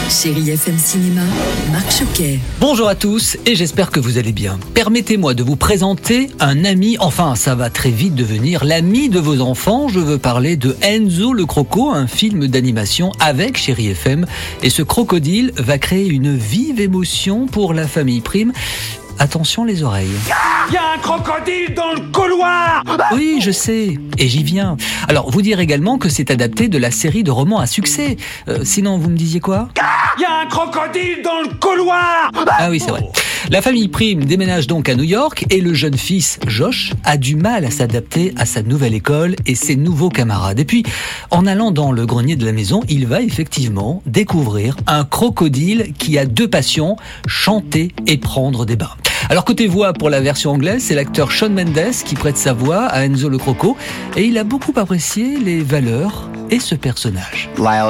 Chérie FM Cinéma, Marc Choquet. Bonjour à tous et j'espère que vous allez bien. Permettez-moi de vous présenter un ami, enfin ça va très vite devenir l'ami de vos enfants. Je veux parler de Enzo le Croco, un film d'animation avec Chérie FM. Et ce crocodile va créer une vive émotion pour la famille Prime. Attention les oreilles. Il y a un crocodile dans le couloir! Oui, je sais, et j'y viens. Alors, vous dire également que c'est adapté de la série de romans à succès. Sinon, vous me disiez quoi? Il y a un crocodile dans le couloir! Ah oui, c'est vrai. La famille Prime déménage donc à New York et le jeune fils, Josh, a du mal à s'adapter à sa nouvelle école et ses nouveaux camarades. Et puis, en allant dans le grenier de la maison, il va effectivement découvrir un crocodile qui a deux passions, chanter et prendre des bains. Alors côté voix pour la version anglaise, c'est l'acteur Shawn Mendes qui prête sa voix à Enzo le Croco et il a beaucoup apprécié les valeurs et ce personnage.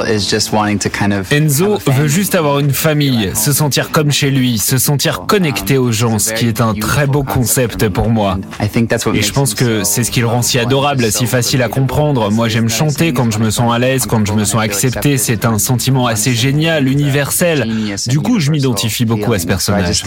Enzo veut juste avoir une famille, se sentir comme chez lui, se sentir connecté aux gens, ce qui est un très beau concept pour moi. Et je pense que c'est ce qui le rend si adorable, si facile à comprendre. Moi j'aime chanter quand je me sens à l'aise, quand je me sens accepté, c'est un sentiment assez génial, universel. Du coup je m'identifie beaucoup à ce personnage.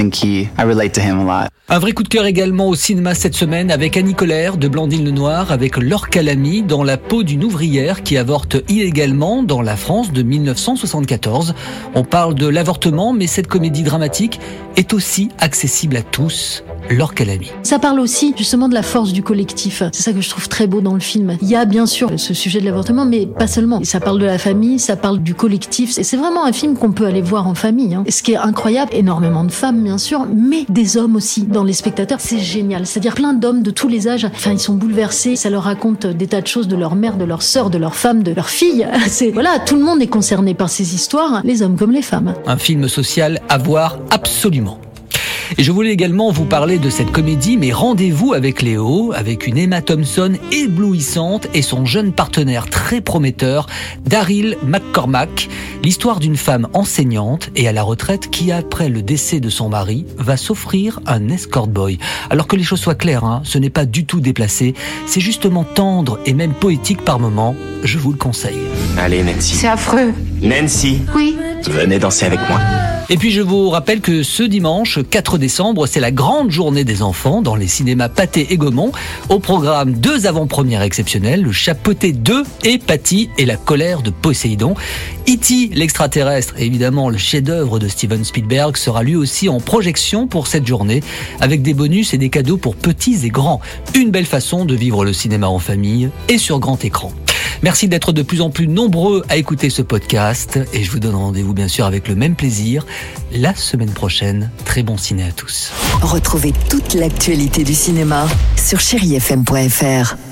Un vrai coup de cœur également au cinéma cette semaine avec Annie Colère de Blandine Lenoir avec Laure Calamy dans la peau d'une ouvrière qui avorte illégalement dans la France de 1974. On parle de l'avortement, mais cette comédie dramatique est aussi accessible à tous. Laure Calamy. Ça parle aussi justement de la force du collectif. C'est ça que je trouve très beau dans le film. Il y a bien sûr ce sujet de l'avortement, mais pas seulement. Ça parle de la famille, ça parle du collectif. Et c'est vraiment un film qu'on peut aller voir en famille. Et ce qui est incroyable, énormément de femmes bien sûr, mais des hommes aussi dans les spectateurs. C'est génial. C'est-à-dire plein d'hommes de tous les âges. Enfin, ils sont bouleversés. Ça leur raconte des tas de choses de leur mère, de leur sœur, de leur femme, de leur fille. Voilà, tout le monde est concerné par ces histoires, les hommes comme les femmes. Un film social à voir absolument. Et je voulais également vous parler de cette comédie, mais rendez-vous avec Léo, avec une Emma Thompson éblouissante et son jeune partenaire très prometteur, Daryl McCormack. L'histoire d'une femme enseignante et à la retraite qui, après le décès de son mari, va s'offrir un escort boy. Alors que les choses soient claires, ce n'est pas du tout déplacé, c'est justement tendre et même poétique par moments. Je vous le conseille. Allez Nancy. C'est affreux. Nancy. Oui. Venez danser avec moi. Et puis je vous rappelle que ce dimanche 4 décembre, c'est la grande journée des enfants dans les cinémas Pathé et Gaumont. Au programme, 2 avant-premières exceptionnelles, Le Chapeauté 2 et Patty et la colère de Poséidon. E.T. l'extraterrestre, évidemment le chef-d'œuvre de Steven Spielberg, sera lui aussi en projection pour cette journée avec des bonus et des cadeaux pour petits et grands. Une belle façon de vivre le cinéma en famille et sur grand écran. Merci d'être de plus en plus nombreux à écouter ce podcast et je vous donne rendez-vous bien sûr avec le même plaisir la semaine prochaine. Très bon ciné à tous. Retrouvez toute l'actualité du cinéma sur chérifm.fr.